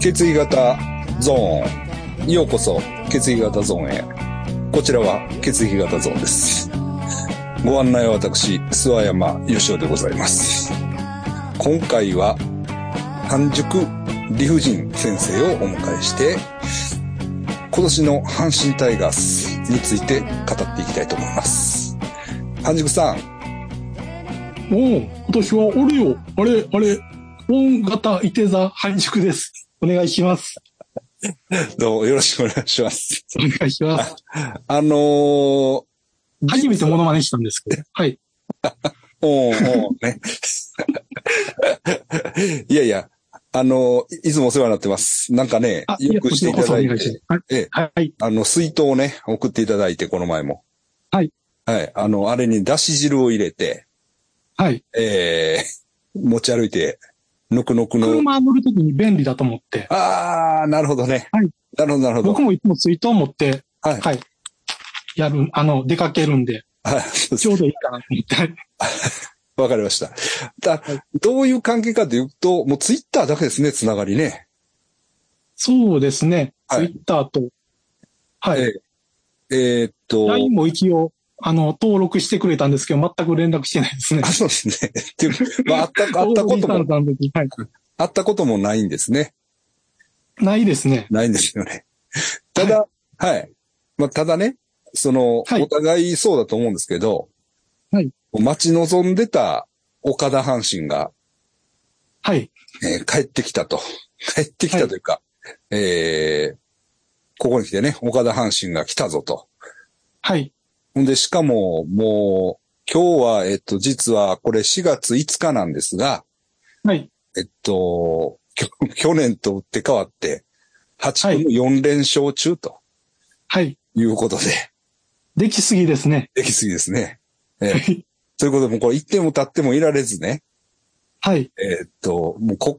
血液型ゾーン。ようこそ血液型ゾーンへ。こちらは血液型ゾーンです。ご案内は私、諏訪山義雄でございます。今回は半熟理不尽先生をお迎えして、今年の阪神タイガースについて語っていきたいと思います。半熟さん。 おう、今年はおるよ。あれ、大型いて座半熟です。お願いします。 どうもよろしくお願いします。 お願いします。初めてモノマネしたんですけど。はい。 おうね。いやいや、いつもお世話になってます。なんかね、よくしていただいて、 はい。 水筒をね、送っていただいて、この前も。 はい。 はい。あれにだし汁を入れて、 はい。 持ち歩いて、ぬくぬくの。 車乗るときに便利だと思って。 ああ、なるほどね。 はい。 なるほど。 僕もいつも水筒持って、 はい。 はい。出かけるんで、はい。ちょうどいいかなと思って。 わかりました。どういう関係かというと、もうツイッターだけですね、つながりね。 そうですね。ツイッターと、はい。LINE も一応、登録してくれたんですけど、全く連絡してないですね。 そうですね。っていう、まあ、会ったこともないんですね。 ないですね。 ないんですよね。ただ、はい。まあ、ただね、お互いそうだと思うんですけど、 はい。 待ち望んでた岡田阪神が、 はい。 帰ってきたと。帰ってきたというか、ここに来てね、岡田阪神が来たぞと。 はい。 ほんで、しかも、もう、今日は、実はこれ4月5日なんですが、 はい。 去年と打って変わって、8分4連勝中と。 はい。 いうことで。 できすぎですね。 できすぎですね。ということで、もうこれ1点も経ってもいられずね。 はい。 もうこ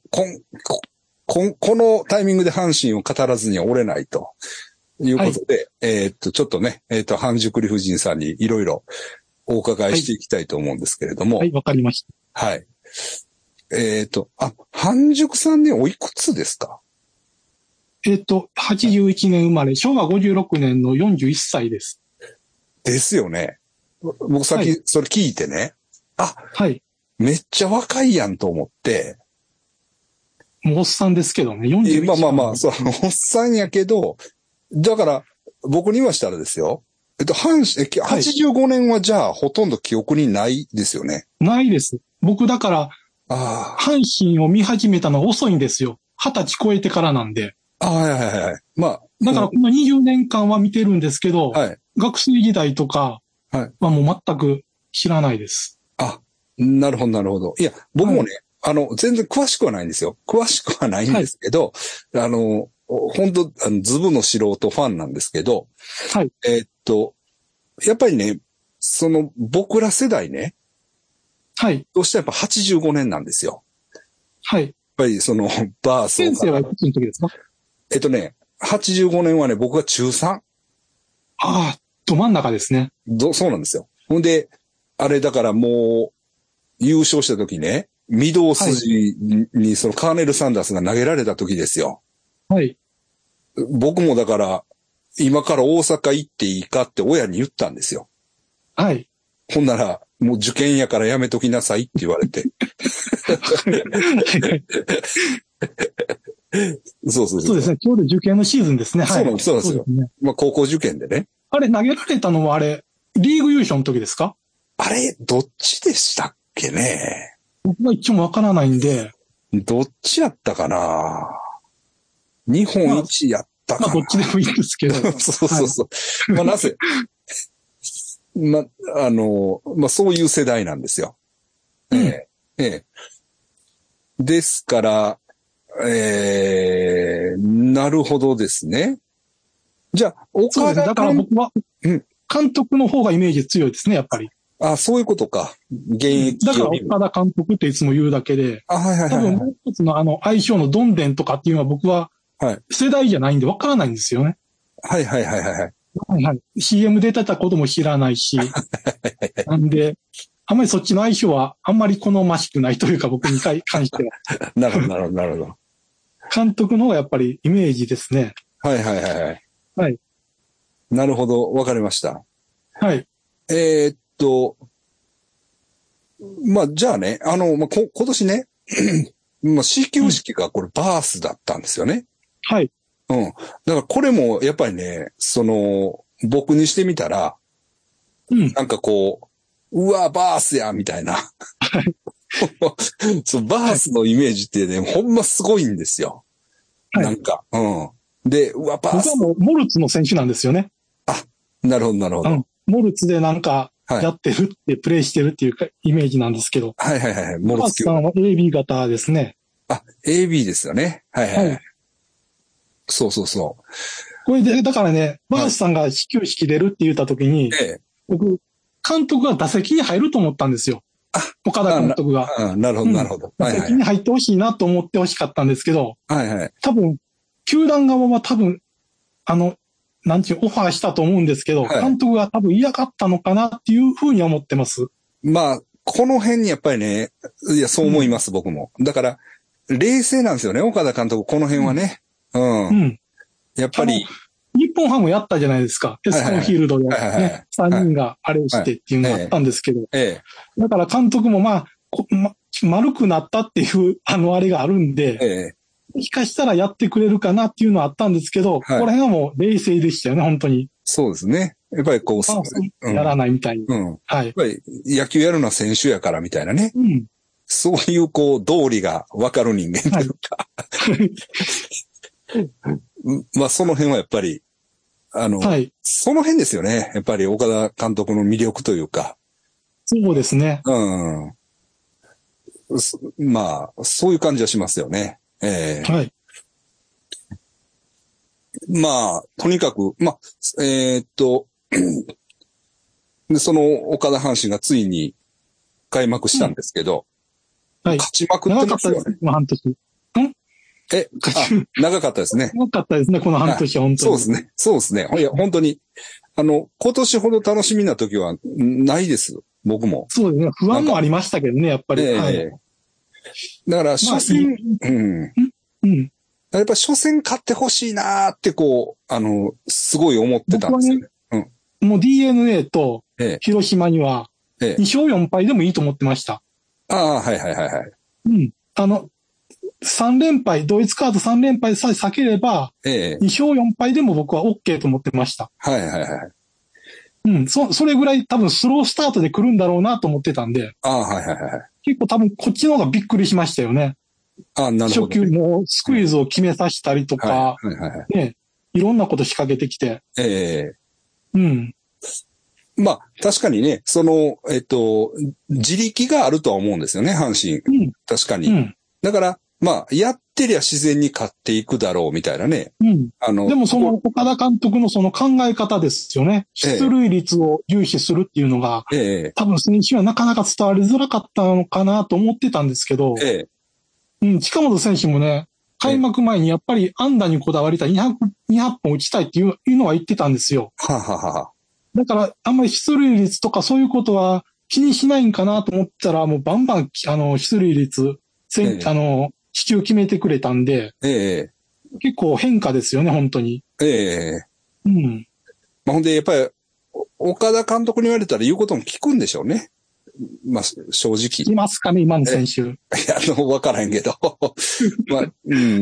のタイミングで阪神を語らずには折れないと。いうことで、ちょっとね、半熟理不尽さんにいろいろお伺いしていきたいと思うんですけれども。 はい、わかりました。 はい。半熟さんね、おいくつですか ？81年生まれ、昭和56年の41歳です。 ですよね。僕さっきそれ聞いてね。 はい。 めっちゃ若いやんと思って。 もうおっさんですけどね、41歳。 まあ、おっさんやけど、だから、僕にはしたらですよ。85年はじゃあほとんど記憶にないですよね。 ないです。僕だから、阪神を見始めたのは遅いんですよ。20歳超えてからなんで。 はい。まあ。 だからこの20年間は見てるんですけど、学生時代とかはもう全く知らないです。 なるほど。いや、僕もね、全然詳しくはないんですよ。詳しくはないんですけど、本当ズブの素人ファンなんですけど、 はい。 やっぱりね、僕ら世代ね、 はい。 どうしてやっぱ85年なんですよ。 はい。 やっぱりバース。 先生はいくつの時ですか ？85年はね、僕が中3。 ど真ん中ですね。 そうなんですよ。ほんで、あれだからもう、優勝した時ね、御堂筋にカーネル・サンダースが投げられた時ですよ。 はい。 僕もだから、今から大阪行っていいかって親に言ったんですよ。 はい。 ほんなら、もう受験やからやめときなさいって言われて。そうですね。ちょうど受験のシーズンですね。はい。 そうなんですよ。まあ高校受験でね。 あれ投げられたのはリーグ優勝の時ですか？ あれ、どっちでしたっけね。 僕は一応わからないんで。 どっちやったかな。日本一やったかな。 どっちでもいいんですけど。 そう。まあなぜそういう世代なんですよ。ですから、なるほどですね。じゃあ、岡田だから僕は、監督の方がイメージ強いですね、やっぱり。 そういうことか。現役だから岡田監督っていつも言うだけで。 はい。 多分もう一つの相性のどんでんとかっていうのは僕は、世代じゃないんでわからないんですよね。 はい。 CM 出てたことも知らないし。なんで、あんまりそっちの相性はあんまり好ましくないというか僕に関しては。 なるほど。 監督の方がやっぱりイメージですね。 はいはいはいはい。 はい。 なるほど、わかりました。 はい。 まあ、じゃあね、まあ、今年ね、まあ、始球式がこれバースだったんですよね。 はい。 うん。だからこれも、やっぱりね、僕にしてみたら、 うん。 なんかこう、うわ、バースや、みたいな。 はい。 そう、バースのイメージってね、ほんますごいんですよ。 はい。 なんか、うん。で、うわ、バース。 僕はもうモルツの選手なんですよね。 あ、なるほど、なるほど。 モルツでなんか、 はい。 やってるって、プレイしてるっていうか、イメージなんですけど。 はいはいはい。モルツ級。 バースさんは AB 型ですね。 あ、AB ですよね。はいはい。はい。そうそうそう。 これで、だからね、バースさんが始球式出るって言った時に、僕、監督が打席に入ると思ったんですよ。岡田監督が。 なるほど、なるほど。 打席に入ってほしいなと思ってほしかったんですけど、 はいはい。 多分、球団側は多分、なんていう、オファーしたと思うんですけど、監督が多分嫌がったのかなっていうふうに思ってます。 まあ、この辺にやっぱりね、いや、そう思います、僕も。だから、冷静なんですよね、岡田監督、この辺はね。うん。やっぱり。 日本ハムやったじゃないですか。エスコンフィールドでね、3人があれをしてっていうのがあったんですけど。だから監督も丸くなったっていう、あれがあるんで、もしかしたらやってくれるかなっていうのはあったんですけど、ここら辺はもう冷静でしたよね、本当に。 そうですね。やっぱりこう、やらないみたいに。 はい。やっぱり野球やるのは選手やからみたいなね。そういう道理がわかる人間というか。まあその辺はやっぱり、その辺ですよね。やっぱり岡田監督の魅力というか。 そうですね。 まあ、そういう感じはしますよね。 はい。 まあ、とにかく、まあ、で、その岡田阪神がついに開幕したんですけど、はい。勝ちまくってますよね。 長かったですね、この半年。 長かったですね。 長かったですね、この半年、本当に。 そうですね。そうですね。いや、本当に、今年ほど楽しみな時はないです。僕も。 そうですね。不安もありましたけどね、やっぱり。はい。 だから、初戦、やっぱ初戦勝ってほしいなーってすごい思ってたんですよね。 もう DNA と広島には2勝4敗でもいいと思ってました。 ああ、はいはいはいはい。 3連敗、同一カード3連敗さえ避ければ、2勝4敗でも僕は OK と思ってました。 はいはいはい。 それぐらい多分スロースタートで来るんだろうなと思ってたんで。 はいはいはい。 結構多分こっちの方がびっくりしましたよね。 なるほど、ね。 初球もスクイズを決めさせたりとか、ね、いろんなこと仕掛けてきて。 まあ、確かにね、自力があるとは思うんですよね、阪神。確かに。だから、まあ、やってりゃ自然に勝っていくだろうみたいなね。 でもその岡田監督のその考え方ですよね。出塁率を重視するっていうのが、多分選手はなかなか伝わりづらかったのかなと思ってたんですけど、近本選手もね、開幕前にやっぱり安打にこだわりたい、200本打ちたいっていうのは言ってたんですよ。だから、あんまり出塁率とかそういうことは気にしないんかなと思ったら、もうバンバン、出塁率、支給決めてくれたんで、結構変化ですよね、本当に。 まあ、ほんで、やっぱり、岡田監督に言われたら言うことも聞くんでしょうね。まあ、正直。 いますかね、今の選手。 わからへんけど。まあ、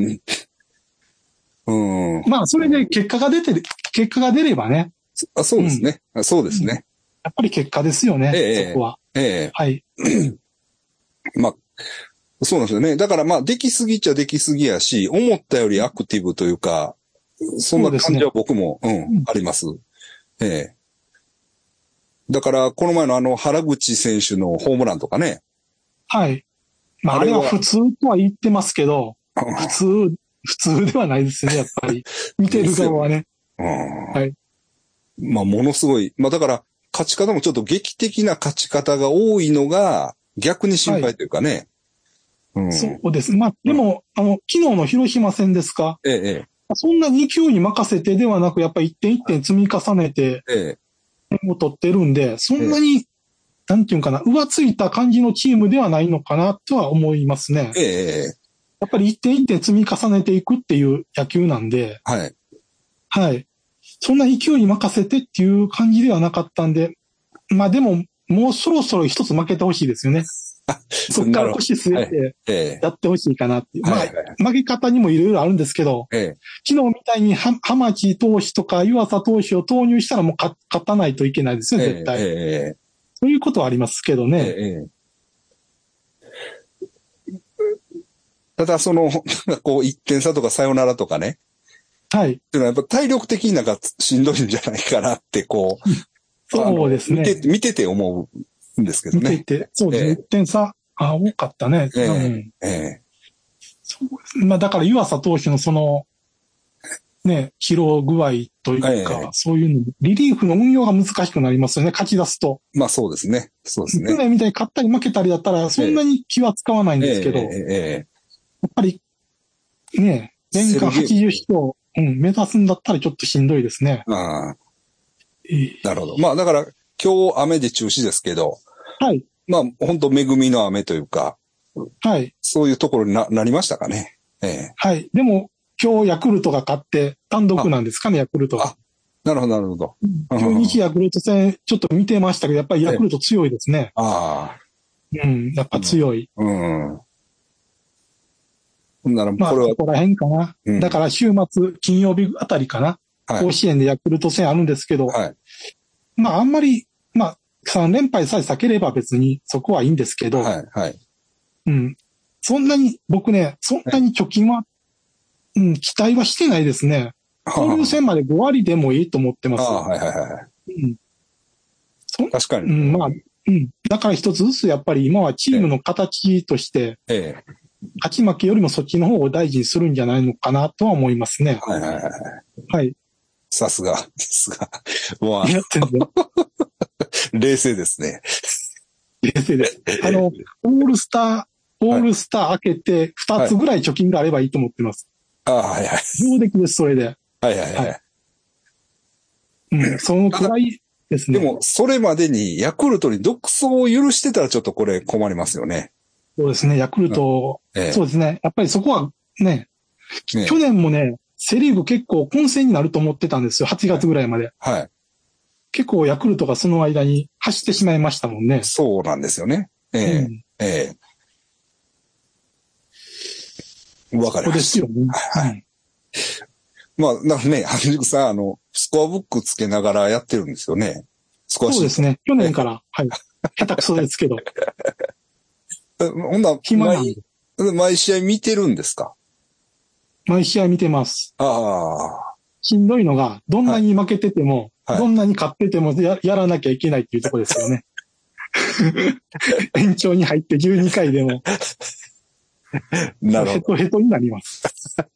まあ、それで結果が出ればね。 そうですね。そうですね。 やっぱり結果ですよね、そこは。はい。 まあ、そうなんですよね。だからまあ、できすぎっちゃできすぎやし、思ったよりアクティブというか、そんな感じは僕も、あります。だから、この前の原口選手のホームランとかね。 はい。まあ、あれは普通とは言ってますけど、普通ではないですね、やっぱり。見てる側はね。はい。 まあ、ものすごい。まあ、だから、勝ち方もちょっと劇的な勝ち方が多いのが、逆に心配というかね。 そうです。まあ、でも、昨日の広島戦ですか。そんな2球に任せてではなく、やっぱり一点一点積み重ねて、点を取ってるんで、そんなに、なんていうかな、浮ついた感じのチームではないのかなとは思いますね。 やっぱり一点一点積み重ねていくっていう野球なんで、 はい。 はい。そんな勢いに任せてっていう感じではなかったんで、まあでも、もうそろそろ一つ負けてほしいですよね。そっから腰据えてやってほしいかなっていう。まあ、負け方にもいろいろあるんですけど、昨日みたいに浜地投手とか湯浅投手を投入したらもう勝たないといけないですよね、絶対。そういうことはありますけどね。 ただこう1点差とかサヨナラとかね。 はい。 っていうのはやっぱ体力的になんかしんどいんじゃないかなってこう。 そうですね。 見てて思うんですけどね。 見てて、そうですね。1点差、多かったね。そうですね。まあだから湯浅投手のね、疲労具合というか、そういうの、リリーフの運用が難しくなりますよね、勝ち出すと。 まあそうですね。そうですね。 去年みたいに勝ったり負けたりだったら、そんなに気は使わないんですけど、やっぱり、ね、年間80勝、目指すんだったらちょっとしんどいですね。 なるほど。まあだから、今日雨で中止ですけど、 はい。 まあ本当恵みの雨というか、 はい。 そういうところになりましたかね。 はい。でも、今日ヤクルトが勝って単独なんですかね、ヤクルトが。 なるほど、なるほど。 中日ヤクルト戦、ちょっと見てましたけど、やっぱりヤクルト強いですね。やっぱ強い。 ならまあ、ここら辺かな。だから週末、金曜日あたりかな。甲子園でヤクルト戦あるんですけど、まあ、あんまり、まあ、3連敗さえ避ければ別にそこはいいんですけど、そんなに、僕ね、そんなに貯金は、期待はしてないですね。交流戦まで5割でもいいと思ってます。 確かに。 まあ、だから一つずつやっぱり今はチームの形として、勝ち負けよりもそっちの方を大事にするんじゃないのかなとは思いますね。はい。 さすが。もう冷静ですね。 冷静です。オールスター開けて2つぐらい貯金があればいいと思ってます。上出来です、それで。そのくらいですね。 でも、それまでにヤクルトに独走を許してたらちょっとこれ困りますよね。 そうですね、ヤクルト、そうですね。やっぱりそこはね、去年もね、セリーグ結構混戦になると思ってたんですよ、8月ぐらいまで。結構ヤクルトがその間に走ってしまいましたもんね。 そうなんですよね。わかりました。 ですよね。 まあ、なんかね、原宿さん、スコアブックつけながらやってるんですよね。 そうですね。去年から、下手くそですけど。 ほんな毎試合見てるんですか？ 毎試合見てます。しんどいのが、どんなに負けてても、どんなに勝っててもやらなきゃいけないっていうところですよね。延長に入って12回でも。 なるほど。 ヘトヘトになります。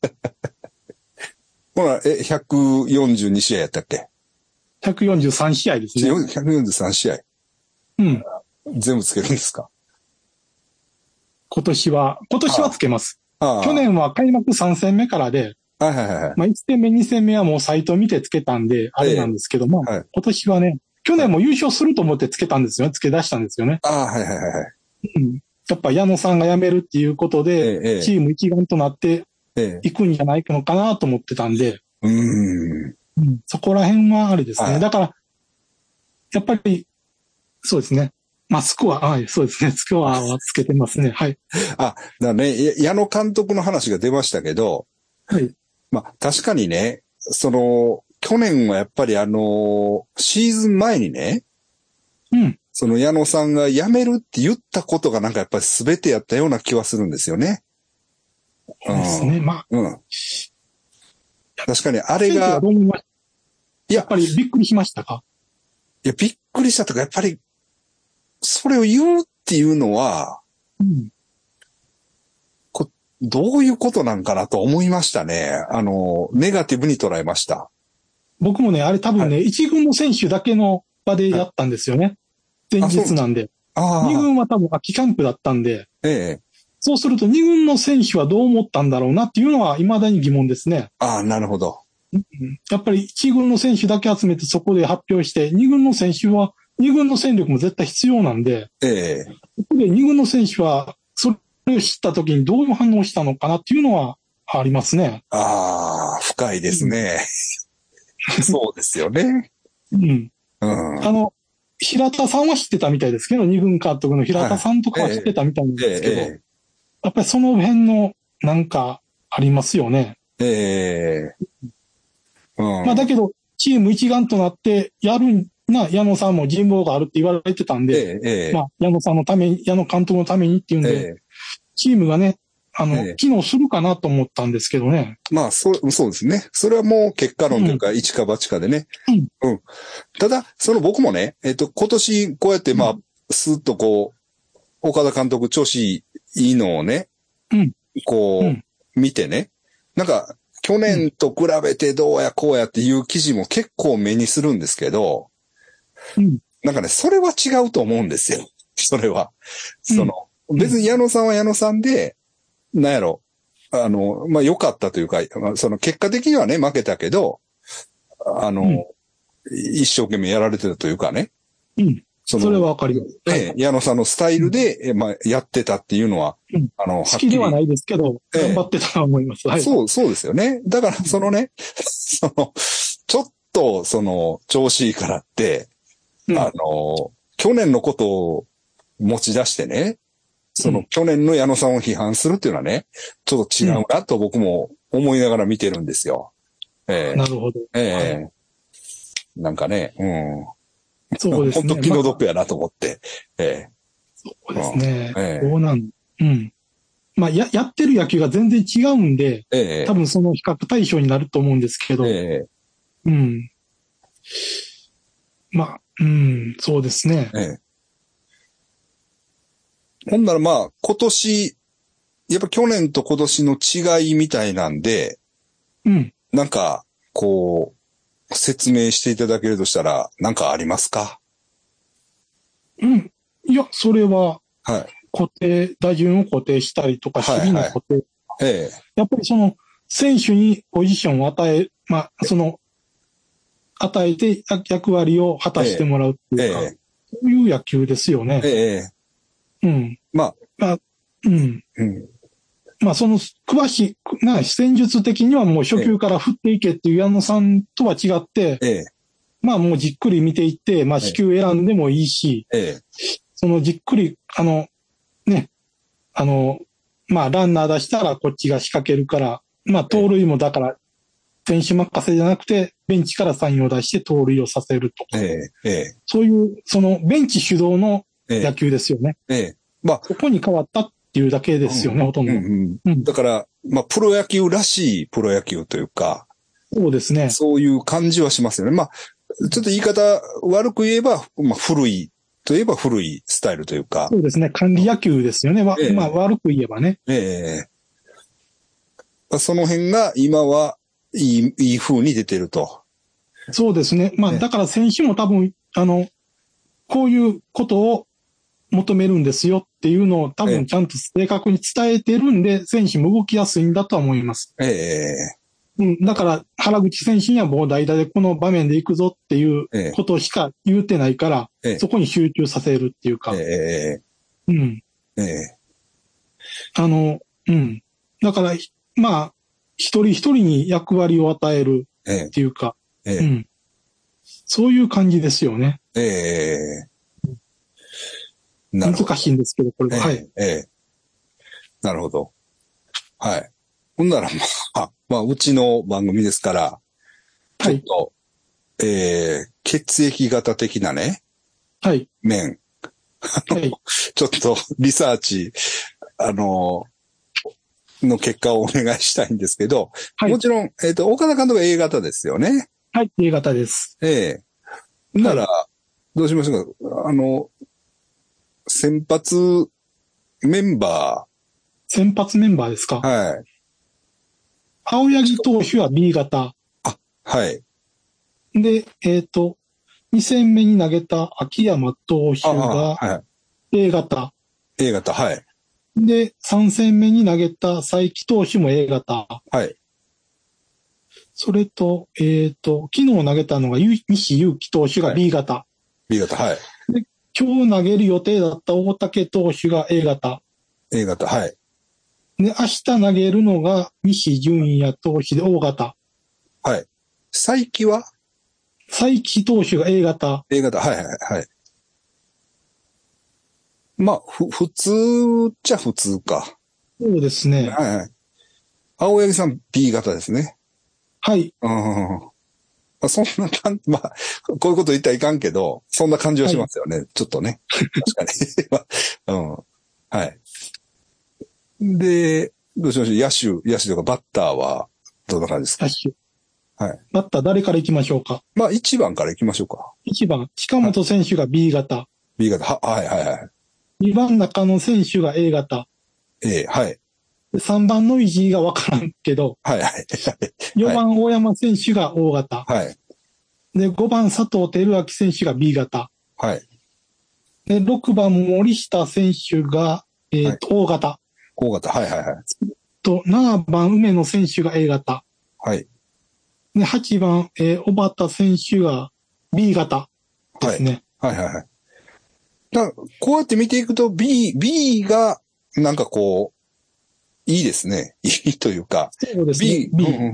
ほら、142試合やったっけ？ 143試合ですね。 143試合。全部つけるんですか？ 今年はつけます。去年は開幕3戦目からで、まあ1戦目、2戦目はもうサイト見てつけたんで、あれなんですけども、今年はね、去年も優勝すると思ってつけたんですよね、つけ出したんですよね。やっぱ矢野さんが辞めるっていうことで、チーム一丸となっていくんじゃないのかなと思ってたんで、そこら辺はあれですね。だから、やっぱり、そうですね。まあ、スコア、そうですね。スコアはつけてますね。はい。 だね、矢野監督の話が出ましたけど、まあ、確かにね、去年はやっぱりシーズン前にね、その矢野さんが辞めるって言ったことがなんかやっぱり全てやったような気はするんですよね。 そうですね。まあ。 確かにあれが、 やっぱりびっくりしましたか？ いや、びっくりしたとか、やっぱり、それを言うっていうのは、どういうことなんかなと思いましたね。ネガティブに捉えました。 僕もね、あれ多分ね、一軍の選手だけの場でやったんですよね。前日なんで。二軍は多分秋キャンプだったんで。そうすると二軍の選手はどう思ったんだろうなっていうのは未だに疑問ですね。 なるほど。 やっぱり一軍の選手だけ集めてそこで発表して、二軍の選手は、二軍の戦力も絶対必要なんで、そこで二軍の選手は、それを知った時にどういう反応をしたのかなっていうのはありますね。 ああ、深いですね。そうですよね。 うん。平田さんは知ってたみたいですけど、二軍監督の平田さんとかは知ってたみたいなんですけど、やっぱりその辺のなんかありますよね。まあだけど、チーム一丸となってやるな、矢野さんも人望があるって言われてたんで、まあ矢野さんのために、矢野監督のためにっていうんで、チームがね、機能するかなと思ったんですけどね。 まあ、そうですね。それはもう結果論というか、一か八かでね。うん。ただ、僕もね、今年こうやってまあ、スッとこう、岡田監督調子いいのをね、見てね、なんか、去年と比べてどうやこうやっていう記事も結構目にするんですけど、なんかね、それは違うと思うんですよ。それは。別に矢野さんは矢野さんで、なんやろ、まあ、良かったというか、結果的にはね、負けたけど、一生懸命やられてたというかね。 それはわかります。 矢野さんのスタイルで、まあ、やってたっていうのは、 好きではないですけど、頑張ってたと思います。 そうですよね。だから、ちょっと、調子いいからって、去年のことを持ち出してね、去年の矢野さんを批判するっていうのはね、ちょっと違うなと僕も思いながら見てるんですよ。 なるほど。 なんかね、 そうですね。 本当気の毒やなと思って。 そうですね。まあ、やってる野球が全然違うんで、多分その比較対象になると思うんですけど、まあ、そうですね。 ほんならまあ、今年、やっぱ去年と今年の違いみたいなんで、なんか、こう、説明していただけるとしたら、なんかありますか？ いや、それは、打順を固定したりとか、守備の固定。やっぱり選手にポジションを与えて役割を果たしてもらうっていうか、そういう野球ですよね。まあ、詳しい、戦術的にはもう初球から振っていけっていう矢野さんとは違って、まあもうじっくり見ていって、まあ四球選んでもいいし、じっくり、まあランナー出したらこっちが仕掛けるから、まあ盗塁もだから、選手任せじゃなくて、ベンチからサインを出して盗塁をさせるとか。そういう、ベンチ主導の野球ですよね。まあ、そこに変わったっていうだけですよね、ほとんど。 だから、まあ、プロ野球らしいプロ野球というか。 そうですね。 そういう感じはしますよね。まあ、ちょっと言い方悪く言えば、まあ、古いといえば古いスタイルというか。 そうですね。管理野球ですよね。まあ、悪く言えばね。 その辺が今はいい風に出てると。 そうですね。まあ、だから選手も多分、こういうことを求めるんですよっていうのを多分ちゃんと正確に伝えてるんで、選手も動きやすいんだとは思います。だから、原口選手にはもう代打でこの場面で行くぞっていうことしか言うてないから、そこに集中させるっていうか。だから、まあ、一人一人に役割を与えるっていうか、そういう感じですよね。難しいんですけど、これは。 なるほど。はい。ほんならまあ、うちの番組ですから、ちょっと、血液型的なね、面、ちょっとリサーチ、の結果をお願いしたいんですけど、もちろん、岡田監督は A 型ですよね。 はい、A 型です。 なら、どうしましょうか。先発メンバー。先発メンバーですか？ はい。 青柳投手は B 型。 はい。 で、2戦目に投げた秋山投手が A 型。 A 型、はい。 で、3戦目に投げた佐伯投手も A 型。 はい。 それと、昨日投げたのが西勇輝投手が B 型。 B 型、はい。 で、今日投げる予定だった大竹投手が A 型。 A 型、はい。 で、明日投げるのが、西純也投手で O 型。 はい。才木は才木投手が A 型。 A 型、はいはいはい。まあ、普通っちゃ普通か。 そうですね。 はいはい。青柳さん B 型ですね。 はい。 そんな感じ、まあ、こういうこと言ったらいかんけど、そんな感じはしますよね。はい、ちょっとね。確かに。はい。で、どうしましょう。野手とかバッターは、どんな感じですか？ 野手。 はい。 バッター誰から行きましょうか？ まあ、1番から行きましょうか。 1番、近本選手が B 型。はい、 B 型。はいはいはい。 2番中野選手が A 型。 A、はい。 3番ノイジーがわからんけど。 はいはい。 4番大山選手が O 型。 はい。 で、5番佐藤輝明選手が B 型。 はい。 で、6番森下選手が、O 型。 O 型。はいはいはい。 7番梅野選手が A 型。 はい。 で、8番、小畑選手が B 型ですね。 はいはいはい。こうやって見ていくと B が、なんかこう、いいですね。いいというか。 そうですね。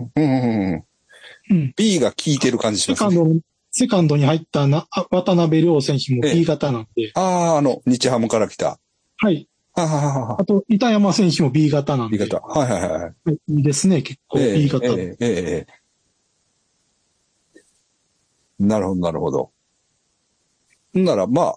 B が効いてる感じしますね。 セカンドに入った渡辺亮選手も B 型なんで。 日ハムから来た。 はい。あと、板山選手も B 型なんで。 B 型。はいはいはい。 いいですね、結構 B 型。 なるほど、なるほど。なら、まあ、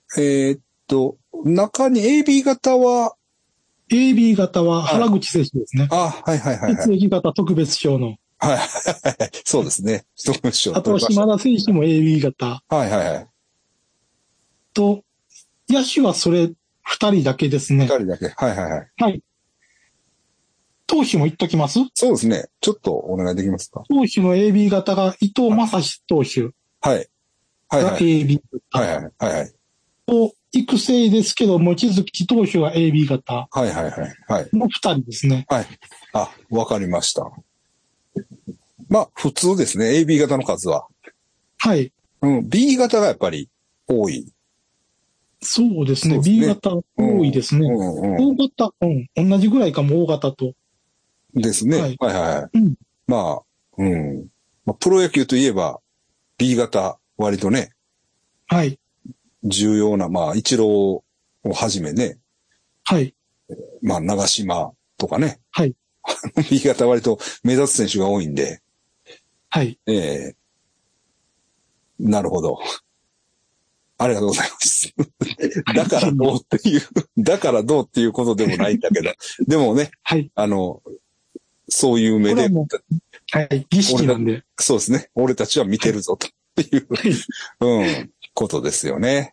中に AB 型は AB 型は原口選手ですね。 はいはいはい。 血液型特別賞の。 はい。そうですね。特別賞。 あと、島田選手も AB 型。 はいはいはい。 と、野手はそれ2人だけですね。 2人だけ。はいはいはい。 はい。投手も言っときます？ そうですね。ちょっとお願いできますか？ 投手の AB 型が伊藤正史投手。 はい。 はいはい。AB 型。はいはいはい。 と、育成ですけど、望月投手が AB 型。 はいはいはい。はい。 の2人ですね。 はい。わかりました。まあ、普通ですね。AB 型の数は。 はい。 B 型がやっぱり多い。 そうですね。B 型多いですね。O 型、同じぐらいかも O 型と。 ですね。はいはい。まあ、プロ野球といえば B 型割とね。 はい。 重要な、まあ、イチローをはじめね。 はい。 まあ、長島とかね。 はい。 B 型割と目立つ選手が多いんで。 はい。 なるほど。ありがとうございます。だからどうっていうことでもないんだけど。でもね。 はい。 そういう目で。 はい。儀式なんで。 そうですね。俺たちは見てるぞという、ことですよね。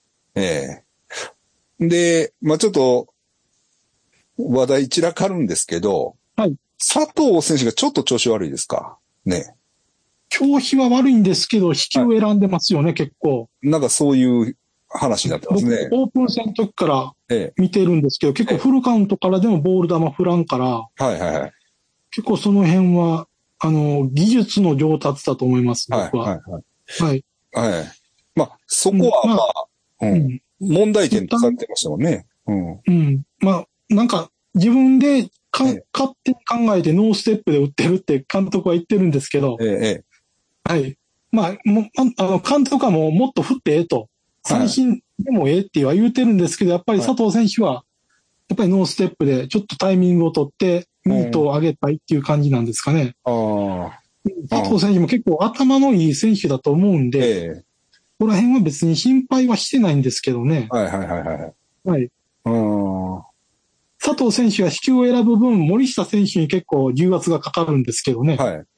で、まあちょっと、話題散らかるんですけど。 はい。 佐藤選手がちょっと調子悪いですかね。 調子は悪いんですけど、引きを選んでますよね、結構。 なんかそういう話になってますね。 オープン戦の時から見てるんですけど、結構フルカウントからでもボール球振らんから、 はいはいはい。 結構その辺は、技術の上達だと思います、僕は。 はいはいはい。 はい。まあ、そこは問題点とされてましたもんね。 まあ、なんか、自分で勝手に考えてノーステップで打ってるって監督は言ってるんですけど、はい。まあ、監督はもっと振ってと。三振でもっては言うてるんですけど、やっぱり佐藤選手は、やっぱりノーステップでちょっとタイミングを取って、ミートを上げたいっていう感じなんですかね。佐藤選手も結構頭のいい選手だと思うんで、この辺は別に心配はしてないんですけどね。はい。佐藤選手が飛球を選ぶ分、森下選手に結構重圧がかかるんですけどね。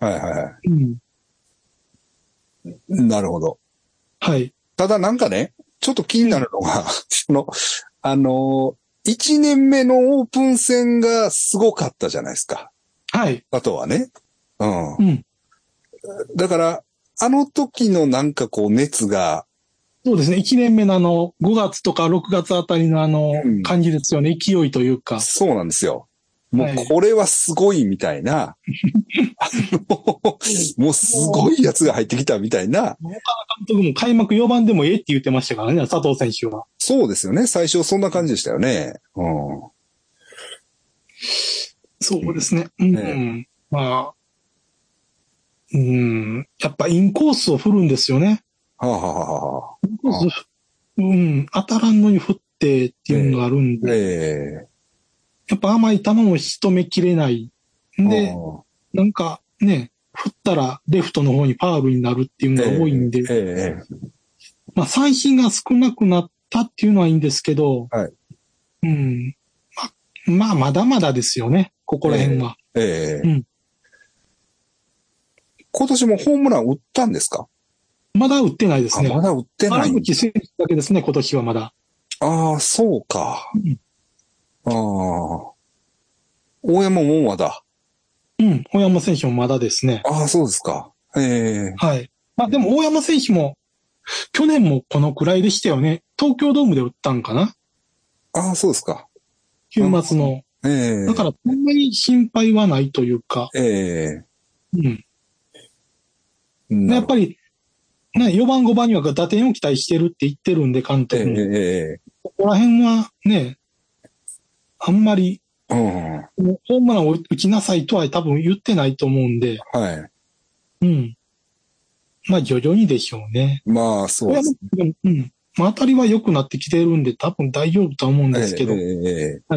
なるほど。 はい。 ただなんかね、ちょっと気になるのが、1年目のオープン戦がすごかったじゃないですか。 はい。 あとはね。だから、あの時のなんかこう熱が。 そうですね。1年目の5月とか6月あたりの感じですよね。勢いというか。 そうなんですよ。もうこれはすごいみたいな。もうすごいやつが入ってきたみたいな。 岡田監督も開幕4番でもって言ってましたからね、佐藤選手は。 そうですよね。最初そんな感じでしたよね。 そうですね。うん。まあ、やっぱインコースを振るんですよね。 はあ、はあはあ、 インコース、当たらんのに振ってっていうのがあるんで、やっぱ甘い球も仕留めきれない。で、なんかね、振ったらレフトの方にファウルになるっていうのが多いんで、まあ三振が少なくなったっていうのはいいんですけど、 はい、 まあまだまだですよね、ここら辺は。 今年もホームラン打ったんですか？ まだ打ってないですね。 まだ打ってない。 原口選手だけですね、今年はまだ。 ああ、そうか。ああ。大山もまだ。 大山選手もまだですね。 ああ、そうですか。 はい。まあでも大山選手も、去年もこのくらいでしたよね。東京ドームで打ったんかな？ ああ、そうですか。 週末の。だから、そんなに心配はないというか。やっぱり、4番5番には打点を期待してるって言ってるんで、監督も。ここら辺はね、あんまり、ホームランを打ちなさいとは多分言ってないと思うんで。 はい。 まあ、徐々にでしょうね。 まあ、そうですね。 まあ、当たりは良くなってきてるんで、多分大丈夫とは思うんですけど。はい。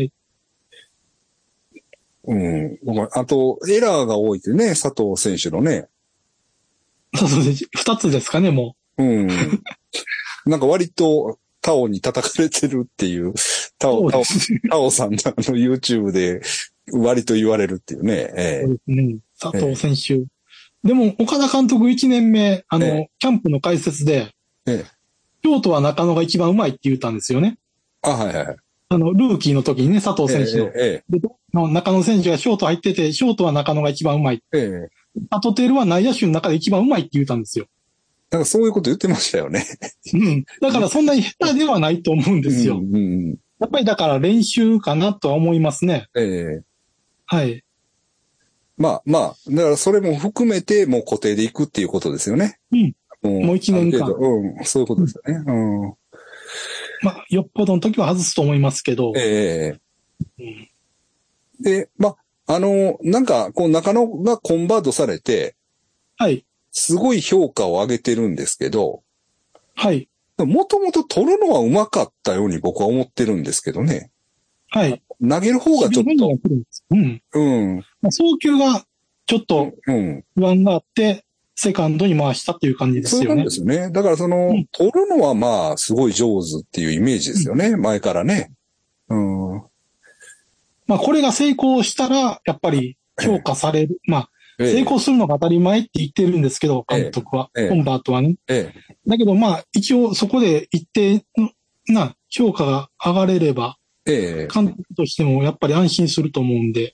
あと、エラーが多いってね、佐藤選手のね。 そうそう、2つですかね、もう。なんか割と、タオに叩かれてるっていう、タオさんのYouTube で割と言われるっていうね。 そうですね。佐藤選手。でも、岡田監督1年目、キャンプの解説で、ショートは中野が一番うまいって言ったんですよね。 はいはいはい。 ルーキーの時にね、佐藤選手の。中野選手がショート入ってて、ショートは中野が一番うまい。アトテルは内野手の中で一番うまいって言ったんですよ。 なんかそういうこと言ってましたよね。 だからそんなに下手ではないと思うんですよ。やっぱりだから練習かなとは思いますね。はい。 まあ、だからそれも含めてもう固定でいくっていうことですよね。 もう1年間。 そういうことですよね。 まあ、よっぽどの時は外すと思いますけど。 で、まあ、なんか、こう中野がコンバートされて、 はい。 すごい評価を上げてるんですけど、 はい。 もともと取るのは上手かったように僕は思ってるんですけどね。 はい。 投げる方がちょっと。 まあ、送球がちょっと不安があって、セカンドに回したっていう感じですよね。 そういう感じですよね。だから取るのはまあ、すごい上手っていうイメージですよね。前からね。 まあ、これが成功したら、やっぱり評価される。まあ、成功するのが当たり前って言ってるんですけど、監督は。コンバートはね。だけどまあ、一応そこで一定な評価が上がれれば、監督としてもやっぱり安心すると思うんで。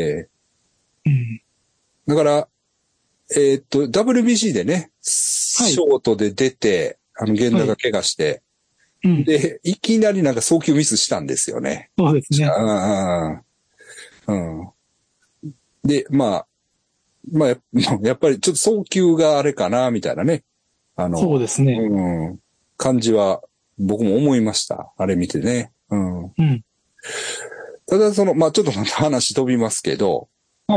だから、WBC でね、ショートで出て、源田が怪我して、で、いきなりなんか送球ミスしたんですよね。 そうですね。 で、まあ、やっぱりちょっと送球があれかな、みたいなね。 そうですね。 感じは僕も思いました。あれ見てね。ただまあちょっと話飛びますけど。 はい。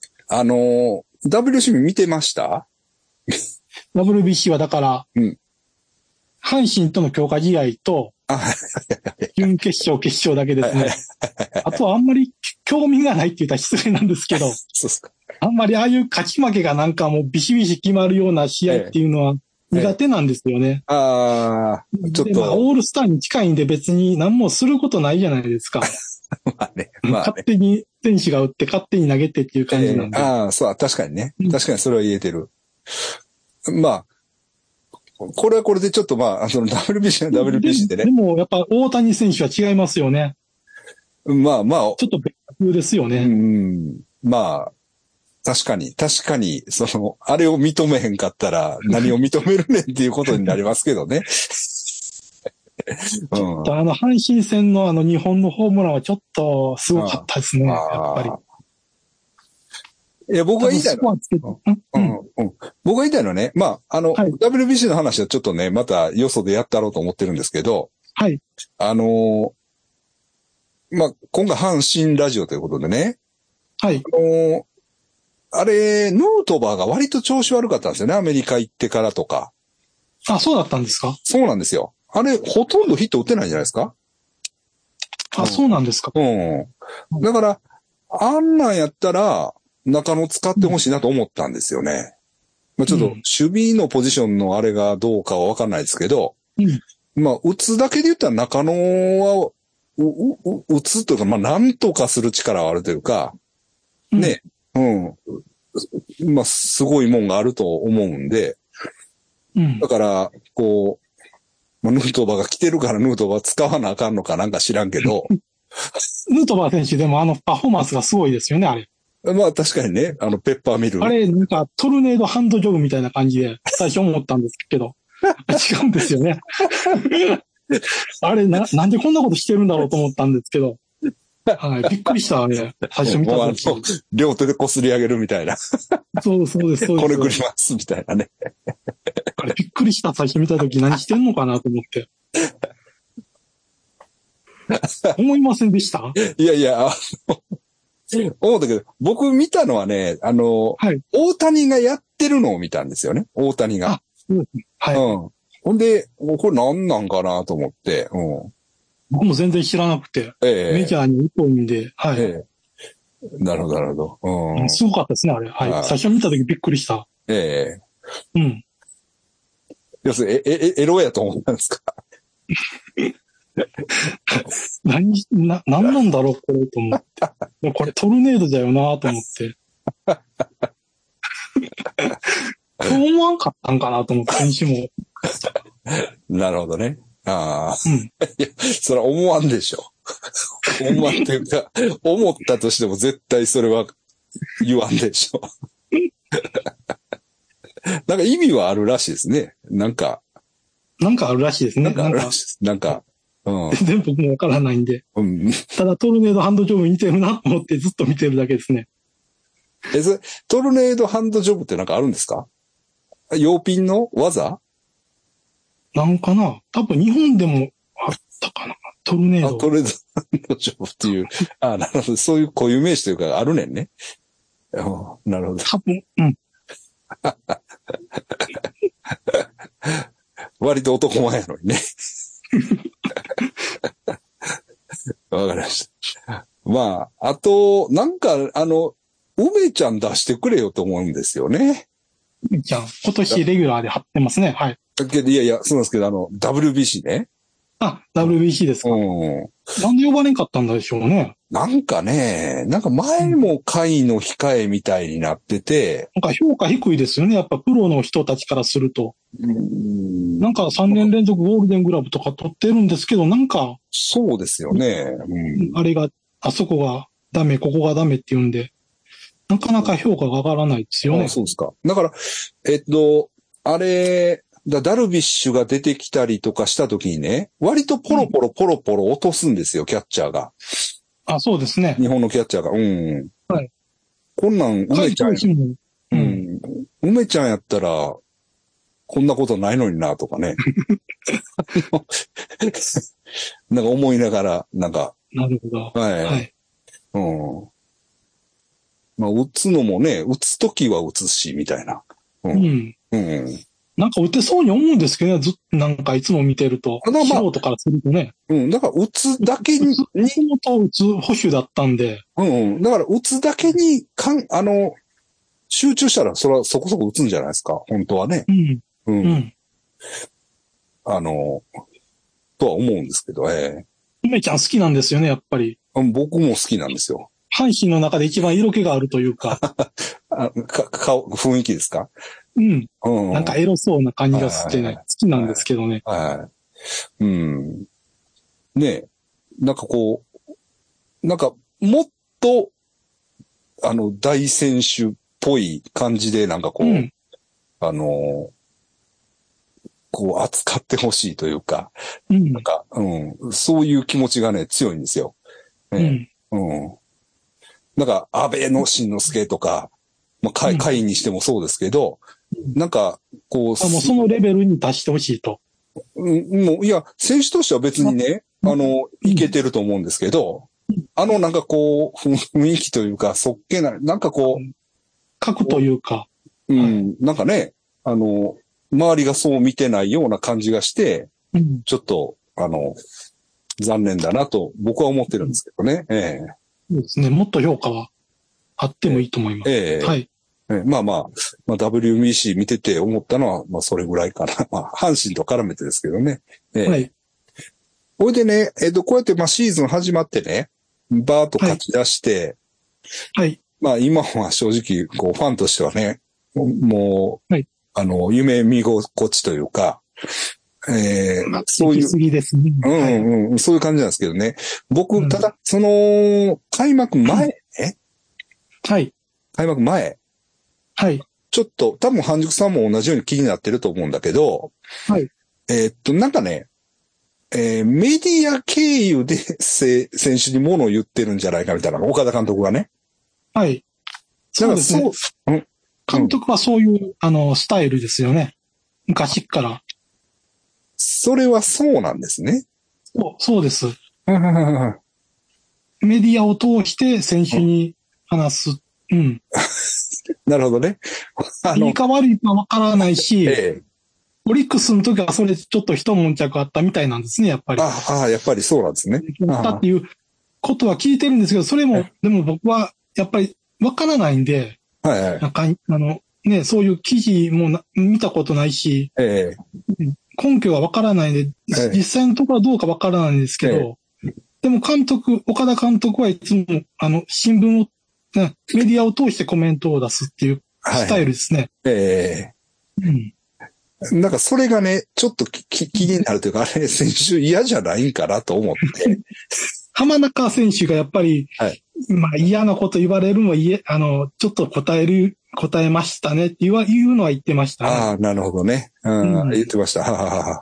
WBC 見てました？ WBC はだから、阪神との強化試合と、準決勝、決勝だけですね。あとはあんまり興味がないって言ったら失礼なんですけど、あんまりああいう勝ち負けがなんかもうビシビシ決まるような試合っていうのは苦手なんですよね。 ちょっと。 まあ、オールスターに近いんで別に何もすることないじゃないですか。勝手に選手が打って勝手に投げてっていう感じなんで。 そう、確かにね。確かにそれは言えてる。まあ、これはこれでちょっとまあ、WBC は WBC でね。 でも、やっぱ大谷選手は違いますよね。 まあ。ちょっと別格ですよね。 まあ、確かに、あれを認めへんかったら何を認めるねんっていうことになりますけどね。 ちょっと阪神戦の日本のホームランはちょっとすごかったですね、やっぱり。 いや、僕が言いたいのは、僕が言いたいのはね、まあ、WBC の話はちょっとね、またよそでやったろうと思ってるんですけど、 はい。 ままあ、今回阪神ラジオということでね。 はい。 あれ、ヌートバーが割と調子悪かったんですよね、アメリカ行ってからとか。 あ、そうだったんですか？ そうなんですよ。あれ、ほとんどヒット打ってないんじゃないですか？ あ、そうなんですか？ うん。だから、あんなんやったら、中野使ってほしいなと思ったんですよね。まあ、ちょっと、守備のポジションのあれがどうかはわかんないですけど、まあ、打つだけで言ったら中野は、打つというか、まあ、なんとかする力はあるというか、ね、まあ、すごいもんがあると思うんで、だから、こう、ヌートバーが来てるからヌートバー使わなあかんのかなんか知らんけど。 ヌートバー選手でもパフォーマンスがすごいですよね、あれ。 まあ確かにね、ペッパーミル。 あれ、なんかトルネードハンドジョブみたいな感じで最初思ったんですけど、違うんですよね。あれなんでこんなことしてるんだろうと思ったんですけど、はい、びっくりしたね、最初見た時。 両手でこすり上げるみたいな。 そうです。 これくりますみたいなね。 あれびっくりした、最初見た時何してんのかなと思って。思いませんでした？ いや、思ったけど、僕見たのはね、はい、大谷がやってるのを見たんですよね。大谷が。 そうですね。はい。 ほんで、これ何なんかなと思って、 僕も全然知らなくて、メジャーに疎いんで、はい。 なるほど。 すごかったですね、あれ。はい。最初見た時びっくりした。 要するに、エロやと思ったんですか？ なんなんだろう、これ、と思って。これトルネードだよなと思って。そう思わんかったんかなと思って、選手も。 なるほどね。ああ。いや、それは思わんでしょ。思わんっていうか、思ったとしても絶対それは言わんでしょ。なんか意味はあるらしいですね。なんかあるらしいですね。 なんか、 全部僕もわからないんで。ただトルネードハンドジョブ似てるなと思ってずっと見てるだけですね。 トルネードハンドジョブってなんかあるんですか？洋ピンの技？ なんかな？多分日本でもあったかな？トルネード。 トルネードハンドジョブっていう、なるほど。そういう固有名詞というかあるねんね。なるほど。 多分、 割と男前やのにね。わかりました。まあ、あと、なんか、梅ちゃん出してくれよと思うんですよね。 梅ちゃん、今年レギュラーで張ってますね。はい。 いや、そうなんですけど、WBC ね。 WBC ですか。なんで呼ばれんかったんでしょうね。 なんか前も会の控えみたいになってて。 なんか評価低いですよね。やっぱプロの人たちからすると。なんか3年連続ゴールデングラブとか取ってるんですけど、なんか。 そうですよね。 あれが、あそこがダメ、ここがダメって言うんで、なかなか評価が上がらないですよね。 そうですか。だから、あれ、ダルビッシュが出てきたりとかした時にね、割とポロポロ落とすんですよ、キャッチャーが。 そうですね。 日本のキャッチャーが。はい。こんなん、梅ちゃん、梅ちゃんやったら、こんなことないのにな、とかね。なんか思いながら、なんか。 なるほど。 はい。まあ、打つのもね、打つときは打つし、みたいな。なんか打てそうに思うんですけどね、なんかいつも見てると。素人からするとね。 だから打つだけに。 もともと打つ保守だったんで。 だから打つだけに、集中したら、そこそこ打つんじゃないですか、本当はね。とは思うんですけど、 梅ちゃん好きなんですよね、やっぱり。 僕も好きなんですよ。 阪神の中で一番色気があるというか。 雰囲気ですか？ なんかエロそうな感じがしてね、好きなんですけどね。 ね、なんかこう、なんかもっと、大選手っぽい感じで、なんかこう、こう扱ってほしいというか、なんか、そういう気持ちがね、強いんですよ。なんか、安倍の新之助とか、まあ、会員にしてもそうですけど、なんか、こう。 もうそのレベルに達してほしいと。 もう、いや、選手としては別にね、いけてると思うんですけど、 なんかこう、雰囲気というか、そっけない、なんかこう、 核というか。 うん、なんかね、周りがそう見てないような感じがして、ちょっと、残念だなと僕は思ってるんですけどね。 そうですね。もっと評価はあってもいいと思います。はい。 まあ、WBC 見てて思ったのは、まあそれぐらいかな。まあ、阪神と絡めてですけどね。はい。これでね、こうやってシーズン始まってね、バーッと勝ち出して、はい。まあ今は正直、こう、ファンとしてはね、もう、はい、夢見心地というか、そういう、 ですね。 そういう感じなんですけどね。僕、ただ、開幕前ね。 はい。 開幕前。 はい。 ちょっと、多分、半熟さんも同じように気になってると思うんだけど、はい。なんかね、メディア経由で選手に物を言ってるんじゃないかみたいな、岡田監督がね。 はい。そうですね。監督はそういう、スタイルですよね。昔から。 それはそうなんですね。 そうです。メディアを通して選手に話す。うん。 なるほどね。 いいか悪いかわからないし、オリックスの時はそれちょっと一悶着あったみたいなんですね、やっぱり。 やっぱりそうなんですね。 だっていうことは聞いてるんですけど、それも、でも僕はやっぱりわからないんで、なんか、ね、そういう記事も見たことないし、根拠はわからないんで、実際のところはどうかわからないんですけど、でも岡田監督はいつも、新聞を、メディアを通してコメントを出すっていうスタイルですね。 なんかそれがね、ちょっと気になるというか、あれ、選手嫌じゃないんかなと思って。 浜中選手がやっぱり、まあ嫌なこと言われるのはちょっと答えましたねって言うのは言ってましたね。 ああ、なるほどね。言ってました。ははは。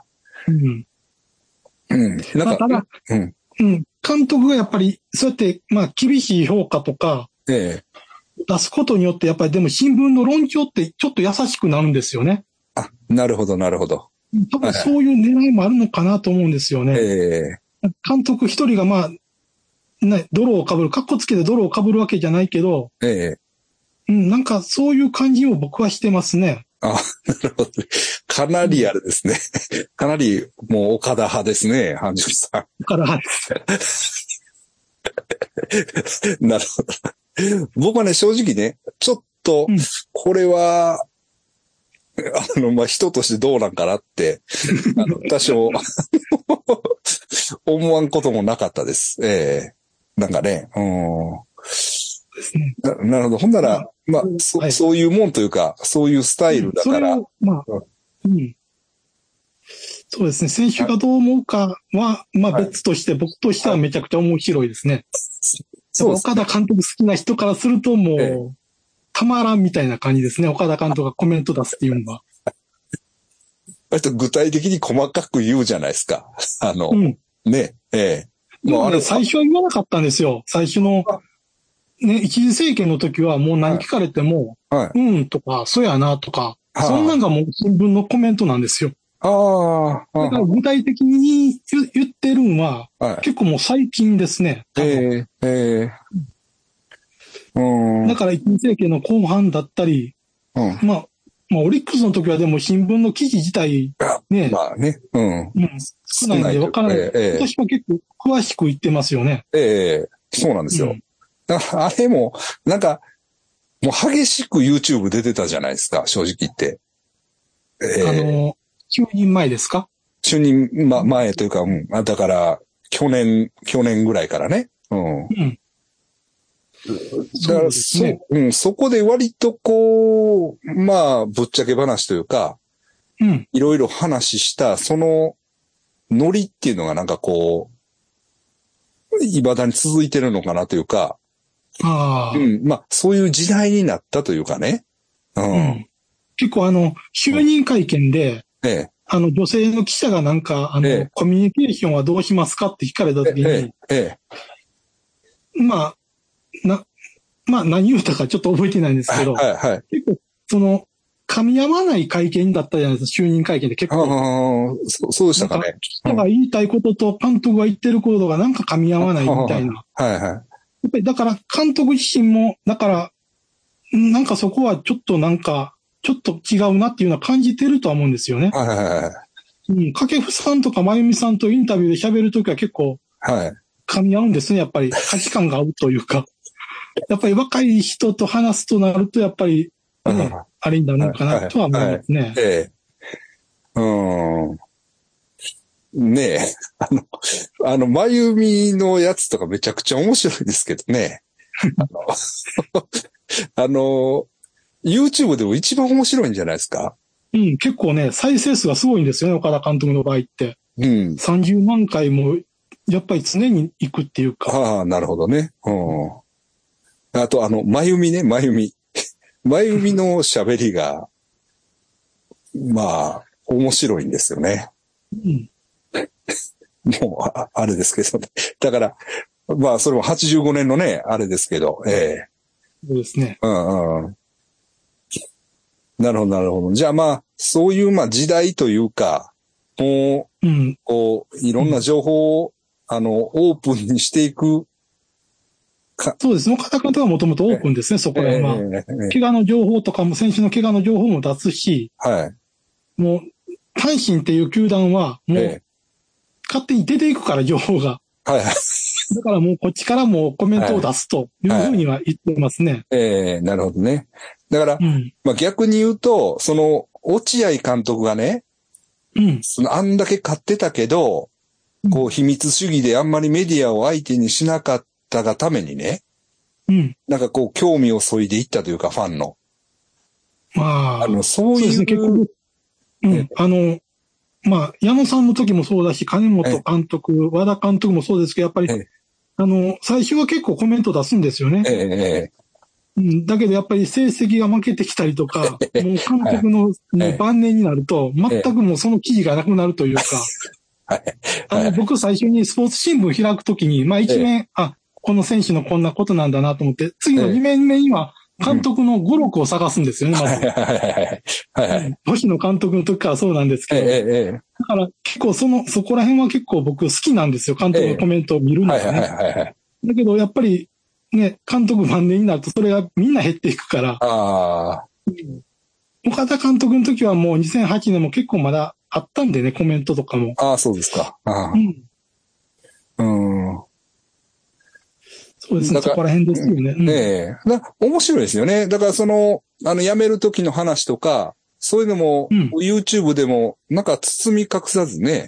なんか、ただ、監督がやっぱり、そうやって、まあ厳しい評価とか、出すことによって、やっぱりでも新聞の論調ってちょっと優しくなるんですよね。 あ、なるほど、なるほど。 多分そういう狙いもあるのかなと思うんですよね。監督一人がまあ、泥を被る、かっこつけて泥を被るわけじゃないけど、なんかそういう感じを僕はしてますね。 なるほど。かなりあれですね。かなりもう岡田派ですね、半熟さん。 岡田派です。 なるほど。僕はね、正直ね、ちょっと、これは、人としてどうなんかなって、多少、思わんこともなかったです。なんかね、なるほど。ほんなら、そういうもんというか、そういうスタイルだから。 そうですね。選手がどう思うかは、まあ別として、僕としてはめちゃくちゃ面白いですね。岡田監督好きな人からするともう、たまらんみたいな感じですね。岡田監督がコメント出すっていうのは。 割と具体的に細かく言うじゃないですか。ね、 もうね、最初は言わなかったんですよ。最初の、ね、一次政権の時はもう何聞かれても、とか、そうやなとか、そんなんがもう新聞のコメントなんですよ。だから具体的に言ってるんは、結構もう最近ですね。だから一次政権の後半だったり、まあオリックスの時はでも新聞の記事自体ね、少ないんで分からない。私は結構詳しく言ってますよね。 そうなんですよ。あれも、なんか、もう激しく YouTube 出てたじゃないですか、正直言って。 就任前ですか？ 就任、前というか、だから、去年ぐらいからね。だからそこで割とこう、ぶっちゃけ話というか、いろいろ話した、その、ノリっていうのがなんかこう、未だに続いてるのかなというか、そういう時代になったというかね。 結構就任会見で、女性の記者がなんか、コミュニケーションはどうしますかって聞かれたときに、何言うたかちょっと覚えてないんですけど、結構、 噛み合わない会見だったじゃないですか、就任会見で結構。 そうでしたかね。 人が言いたいことと監督が言ってることがなんか噛み合わないみたいな。 はいはい。 やっぱりだから監督自身も、だから、なんかそこはちょっとなんか、ちょっと違うなっていうのは感じてるとは思うんですよね。 はいはいはい。 掛布さんとか真由美さんとインタビューで喋るときは結構、噛み合うんですね、やっぱり。価値観が合うというか。やっぱり若い人と話すとなると、やっぱり、ね、あれになるのかなとは思いますね。 ねえ。真由美のやつとかめちゃくちゃ面白いですけどね。YouTube でも一番面白いんじゃないですか？ 結構ね、再生数がすごいんですよね、岡田監督の場合って。30万回も、やっぱり常に行くっていうか。 ああ、なるほどね。あと、真由美ね、真由美。真由美の喋りが、まあ、面白いんですよね。もう、あれですけど、ね。だから、まあ、それも85年のね、あれですけど、 そうですね。 なるほど、なるほど。じゃあまあ、そういう、まあ、時代というか、もう、こう、いろんな情報を、オープンにしていく。 そうですね。岡田監督はもともとオープンですね、そこら辺は。怪我の情報とかも、選手の怪我の情報も出すし、もう、阪神っていう球団は、もう、勝手に出ていくから、情報が。だからもう、こっちからもコメントを出すというふうには言ってますね。 なるほどね。だから、まあ逆に言うと、その、落合監督がね、あんだけ勝ってたけど、こう、秘密主義であんまりメディアを相手にしなかったがためにね、なんかこう、興味をそいでいったというか、ファンの。 まあ、 そういう。 そうですね、結局、まあ、矢野さんの時もそうだし、金本監督、和田監督もそうですけど、やっぱり、最初は結構コメント出すんですよね。だけどやっぱり成績が負けてきたりとか、もう監督の晩年になると、全くもうその記事がなくなるというか、僕最初にスポーツ新聞開くときに、まあ一面、この選手のこんなことなんだなと思って、次の2面目には監督の語録を探すんですよね、まず。星野監督の時からそうなんですけど、だから結構そこら辺は結構僕好きなんですよ、監督のコメントを見るのがね。だけどやっぱり、ね、監督晩年になるとそれがみんな減っていくから。岡田監督の時はもう2008年も結構まだあったんでね、コメントとかも。 そうですか。 そうですね、そこら辺ですよね。 面白いですよね。だから辞める時の話とか、そういうのも、YouTube でも、なんか包み隠さずね、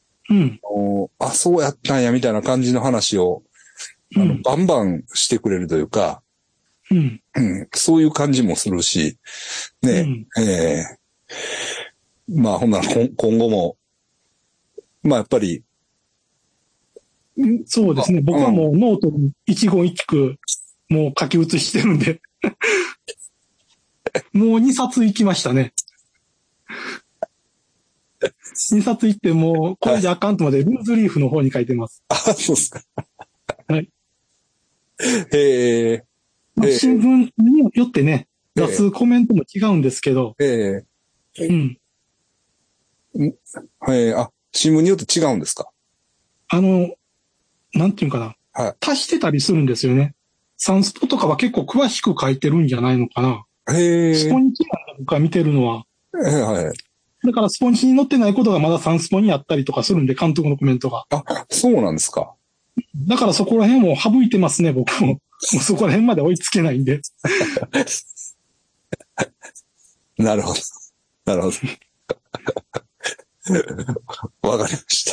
そうやったんや、みたいな感じの話を、バンバンしてくれるというか、そういう感じもするし、ね、まあ、ほんなら今後も、まあやっぱり、 そうですね。僕はもうノートに一言一句、もう書き写してるんで、もう2冊行きましたね。2冊行ってもう、これじゃあかんとまでルーズリーフの方に書いてます。 そうですか。 はい。新聞によってね、出すコメントも違うんですけど。 新聞によって違うんですか？ なんていうかな。足してたりするんですよね。サンスポとかは結構詳しく書いてるんじゃないのかな。スポニチなんか僕が見てるのは。だからスポニチに載ってないことがまだサンスポにあったりとかするんで、監督のコメントが。 そうなんですか。 だからそこら辺も省いてますね、僕も。もうそこら辺まで追いつけないんで。 なるほど。なるほど。わかりました。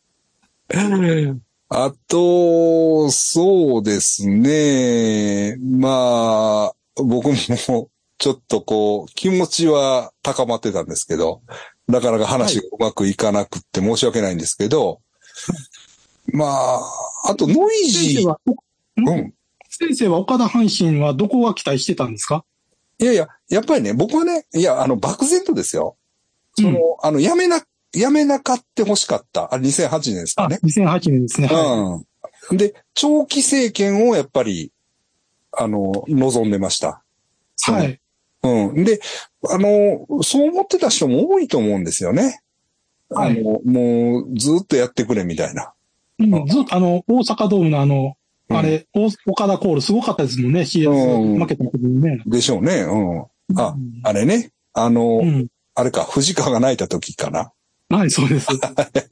あと、そうですね。まあ、僕もちょっとこう、気持ちは高まってたんですけど、なかなか話がうまくいかなくって申し訳ないんですけど、まあ、あとノイジー。 先生は岡田阪神はどこが期待してたんですか？ いやいや、やっぱりね、僕はね、漠然とですよ。やめなかって欲しかった。2008年ですかね。 2008年ですね。 で、長期政権をやっぱり、望んでました。 うん。で、そう思ってた人も多いと思うんですよね。 はい。 もう、ずっとやってくれみたいな。 うん、ずっと大阪ドームのうん。 岡田コールすごかったですもんね、CS うん。 負けた時にね。 でしょうね。うん。 うあ、 ん。 あれね。 うん。 あれか、藤川が泣いた時かな。 はい、そうです。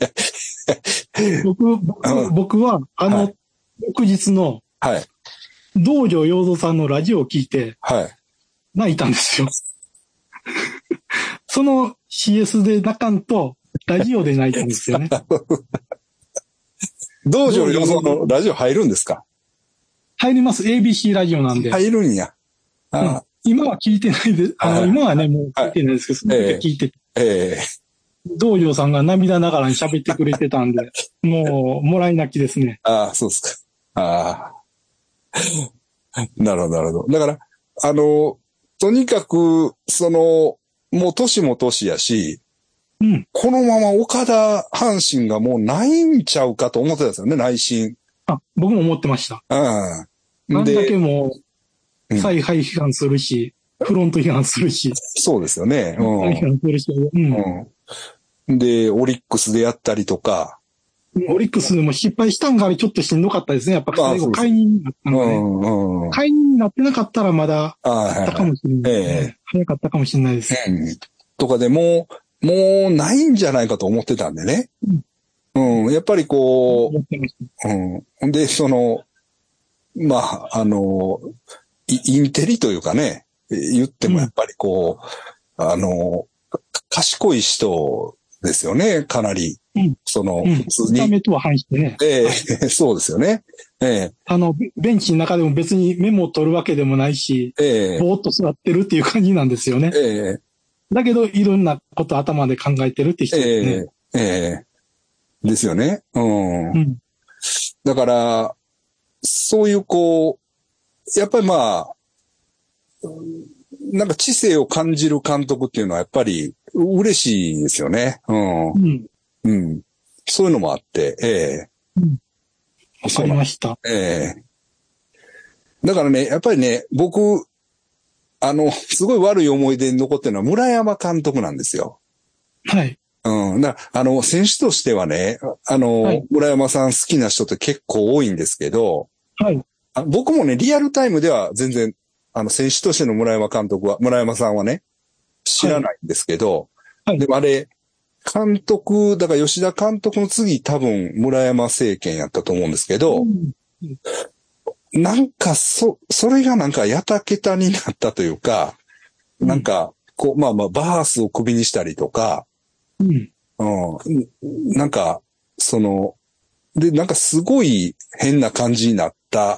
うん。 僕は、 はい。 翌日のはい。 道場洋三さんのラジオを聞いてはい。 泣いたんですよ。その CS で泣かんと、ラジオで泣いたんですよね。 道場予想道場洋三のラジオ入るんですか？ 入ります。ABC ラジオなんで。 入るんや。 うん。 あ今は聞いてないで、 はい。 今はね、もう聞いはい。 てないですけど、その時はえ聞いてて、 えええ道場さんが涙ながらに喋ってくれてたんで、もう、もらい泣きですね。 ああ、そうですか。ああ、なるほど、なるほど。だから、あの、とにかく、もう年も年やし、 うん。 このまま岡田阪神がもうないんちゃうかと思ってたんですよね、内心。 僕も思ってました。 うん。 あんだけで、 もう、 うん。 采配批判するし、フロント批判するし、 そうですよね。 批判するし、うん。 うん。で、オリックスでやったりとか、 オリックスも失敗したんがちょっとしんどかったですね。やっぱまあ、 最後、 そうです。 解任になったうのがね。 ん、うん。 解任になってなかったらまだああ、 あったはいはい。 かもしれないえですね。 え、 早かったかもしれないです。 うん。とかでもうないんじゃないかと思ってたんでね。 うん。 うん。やっぱりこ思ってましう、うん。で、まあ、インテリというかね、言ってた。うん。 もやっぱり賢い人ですよね、かなり。 うん。う普ん。 通に。 見た目とは反してね。 えはい。 そうですよね。えベンチの中でも別にメモを取るわけでもないし、 えぼーっと座ってるっていう感じなんですよね。 ええだけど、いろんなこと頭で考えてるってえ人ですね。 えですよね。うん。 うん。 だから、そういうやっぱりまあ、なんか知性を感じる監督っていうのはやっぱり嬉しいですよね。うん。 うん。 うん。そういうのもあって、 うん。わかそうなんです。 りました。 だからね、やっぱりね、僕、すごい悪い思い出に残ってるのは村山監督なんですよ。 はい。 うん。選手としてはね、 はい。 村山さん好きな人って結構多いんですけど、 はい。 僕もね、リアルタイムでは全然、選手としての村山さんはね、知はい。 らないんですけど、 はい。 でもあれ、だから吉田監督の次多分村山政権やったと思うんですけど、 うん。 なんかそれがなんかやたけたになったというか、 うん。 なんか、まあまあ、バースを首にしたりとか、 うん。 うん、なんか、なんかすごい変な感じになった、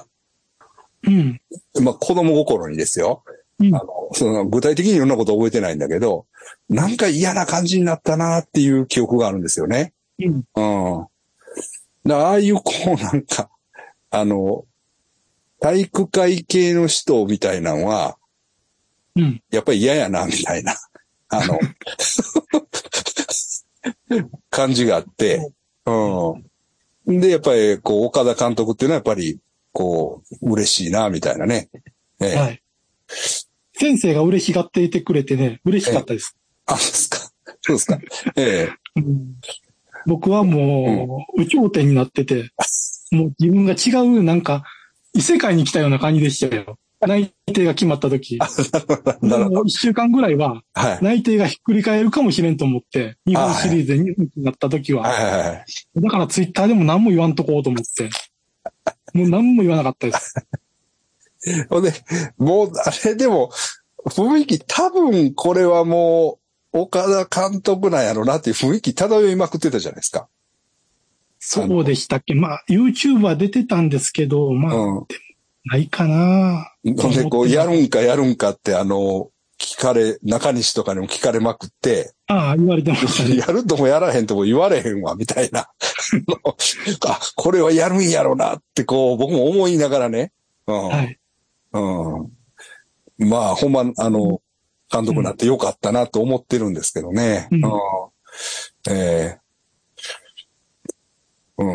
うん。 まあ子供心にですよ。 うん。 具体的にいろんなこと覚えてないんだけど、なんか嫌な感じになったなっていう記憶があるんですよね。 うん。 うん。ああいうなんか、あの、体育会系の人みたいなのは、 うん。 やっぱり嫌やな、みたいな、感じがあって、うん。で、やっぱり、岡田監督っていうのはやっぱり、嬉しいな、みたいなね。ええ、 はい。先生が嬉しがっていてくれてね、嬉しええ。 かったです。 あ、そうですか。そうですか。ええ、 うん。僕はうん。 もう、有頂天になってて、もう自分が違う、なんか、異世界に来たような感じでしたよ。内定が決まった時。でも、 なるほど。 一週間ぐらいは、 はい。 内定がひっくり返るかもしれんと思って、日あ、 本はい。 シリーズで日本一になった時は。 はいはいはい。 だからツイッターでも何も言わんとこうと思って、もう何も言わなかったです。 ほんで、もう、あれでも、雰囲気、多分これはもう、岡田監督なんやろなっていう雰囲気漂いまくってたじゃないですか。 そうでしたっけ。まあ、YouTube は出てたんですけど、まあ、 うん。 ないかなとほんで、 思ってます。 やるんかって、中西とかにも聞かれまくって、 ああ、言われてましたね。 やるともやらへんとも言われへんわ、みたいな。あ、これはやるんやろなって、僕も思いながらね。うん。 はい。 うん。まあ、ほんま、監督になうん。 ってよかったなと思ってるんですけどね。うん。 うん。 えうん。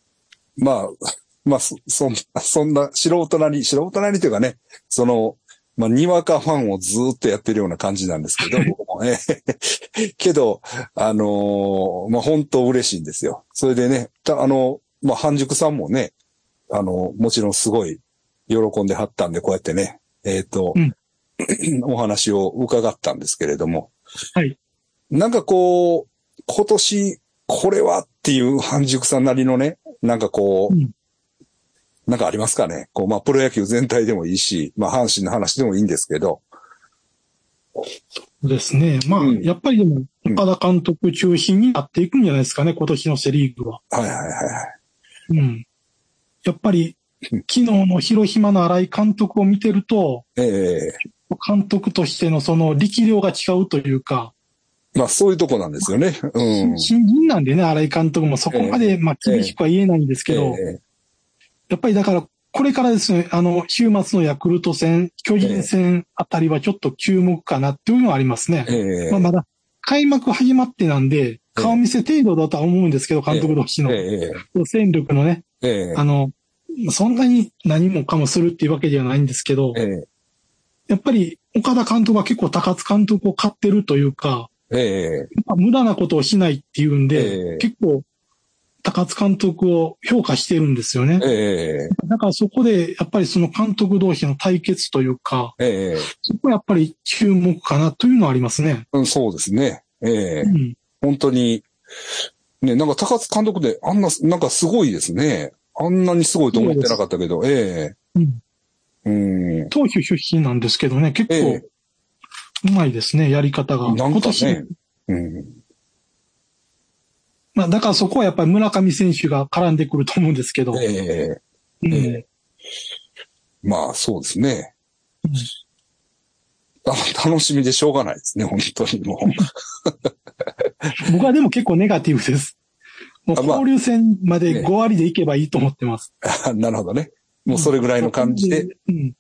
まあ、まあ、そんな素人なりというかね、その、 まあ、にわかファンをずーっとやってるような感じなんですけど、僕もね。けど、まあ、本当嬉しいんですよ。それでね、まあ、半熟さんもね、もちろんすごい喜んではったんで、こうやってね、お話を伺ったんですけれども。 はい。 なんかこう、今年、これはっていう半熟さんなりのね、なんかこう、なんかありますかね。こう、まあ、プロ野球全体でもいいし、まあ、阪神の話でもいいんですけど。 そうですね。まあ、やっぱりでも、岡田監督中心になっていくんじゃないですかね、今年のセリーグは。 はいはいはいはい。 やっぱり、昨日の広島の新井監督を見てると、監督としてのその力量が違うというか、 まあそういうとこなんですよね。 新人なんでね、新井監督もそこまで、まあ厳しくは言えないんですけど、やっぱりだから、これからですね、週末のヤクルト戦、巨人戦あたりはちょっと注目かなっていうのはありますね。まあまだ開幕始まってなんで、顔見せ程度だとは思うんですけど、監督同士の戦力のね、そんなに何もかもするっていうわけではないんですけど、やっぱり岡田監督は結構高津監督を買ってるというか、無駄なことをしないっていうんで、結構高津監督を評価してるんですよね。だからそこでやっぱりその監督同士の対決というか、そこはやっぱり注目かなというのはありますね。 そうですね。本当に、ね、なんか高津監督であんな、なんかすごいですね。あんなにすごいと思ってなかったけど、 投手出身なんですけどね、結構、うまいですね、やり方が。 なんかね。 まあ、だからそこはやっぱり村上選手が絡んでくると思うんですけど。 まあ、そうですね。楽しみでしょうがないですね、本当にもう。 僕はでも結構ネガティブです。もう交流戦まで5割でいけばいいと思ってます。 なるほどね。もうそれぐらいの感じで。